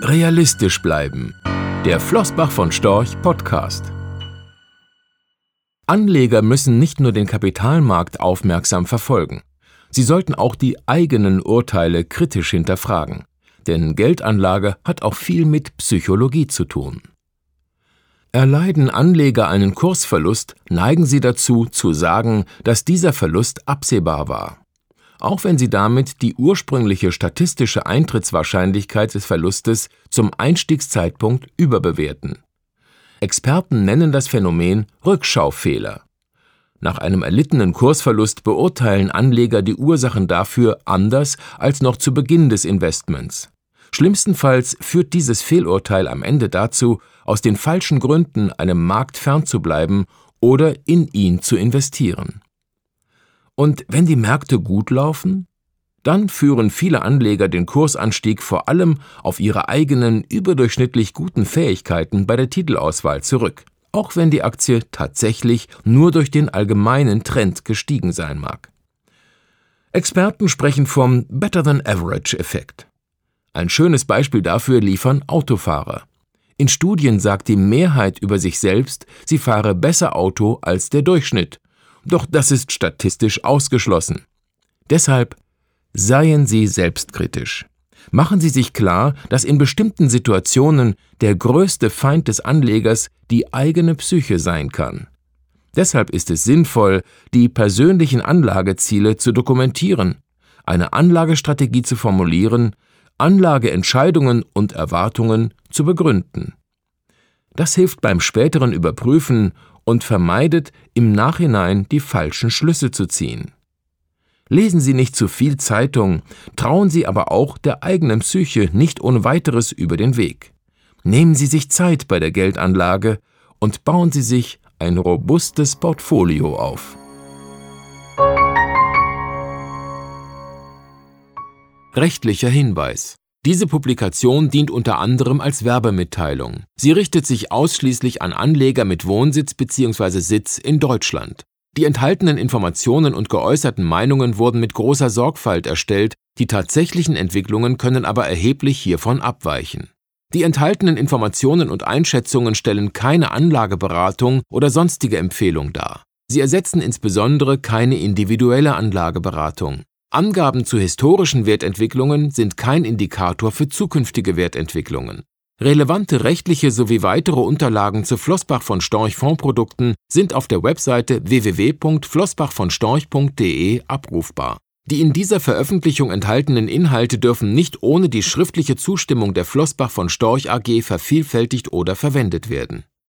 Realistisch bleiben. Der Flossbach von Storch Podcast. Anleger müssen nicht nur den Kapitalmarkt aufmerksam verfolgen. Sie sollten auch die eigenen Urteile kritisch hinterfragen. Denn Geldanlage hat auch viel mit Psychologie zu tun. Erleiden Anleger einen Kursverlust, neigen sie dazu, zu sagen, dass dieser Verlust absehbar war. Auch wenn sie damit die ursprüngliche statistische Eintrittswahrscheinlichkeit des Verlustes zum Einstiegszeitpunkt überbewerten. Experten nennen das Phänomen Rückschaufehler. Nach einem erlittenen Kursverlust beurteilen Anleger die Ursachen dafür anders als noch zu Beginn des Investments. Schlimmstenfalls führt dieses Fehlurteil am Ende dazu, aus den falschen Gründen einem Markt fernzubleiben oder in ihn zu investieren. Und wenn die Märkte gut laufen? Dann führen viele Anleger den Kursanstieg vor allem auf ihre eigenen überdurchschnittlich guten Fähigkeiten bei der Titelauswahl zurück, auch wenn die Aktie tatsächlich nur durch den allgemeinen Trend gestiegen sein mag. Experten sprechen vom Better-than-Average-Effekt. Ein schönes Beispiel dafür liefern Autofahrer. In Studien sagt die Mehrheit über sich selbst, sie fahre besser Auto als der Durchschnitt. Doch das ist statistisch ausgeschlossen. Deshalb seien Sie selbstkritisch. Machen Sie sich klar, dass in bestimmten Situationen der größte Feind des Anlegers die eigene Psyche sein kann. Deshalb ist es sinnvoll, die persönlichen Anlageziele zu dokumentieren, eine Anlagestrategie zu formulieren, Anlageentscheidungen und Erwartungen zu begründen. Das hilft beim späteren Überprüfen und vermeidet, im Nachhinein die falschen Schlüsse zu ziehen. Lesen Sie nicht zu viel Zeitung, trauen Sie aber auch der eigenen Psyche nicht ohne weiteres über den Weg. Nehmen Sie sich Zeit bei der Geldanlage und bauen Sie sich ein robustes Portfolio auf. Rechtlicher Hinweis. Diese Publikation dient unter anderem als Werbemitteilung. Sie richtet sich ausschließlich an Anleger mit Wohnsitz bzw. Sitz in Deutschland. Die enthaltenen Informationen und geäußerten Meinungen wurden mit großer Sorgfalt erstellt, die tatsächlichen Entwicklungen können aber erheblich hiervon abweichen. Die enthaltenen Informationen und Einschätzungen stellen keine Anlageberatung oder sonstige Empfehlung dar. Sie ersetzen insbesondere keine individuelle Anlageberatung. Angaben zu historischen Wertentwicklungen sind kein Indikator für zukünftige Wertentwicklungen. Relevante rechtliche sowie weitere Unterlagen zu Flossbach von Storch Fondsprodukten sind auf der Webseite www.flossbachvonstorch.de abrufbar. Die in dieser Veröffentlichung enthaltenen Inhalte dürfen nicht ohne die schriftliche Zustimmung der Flossbach von Storch AG vervielfältigt oder verwendet werden.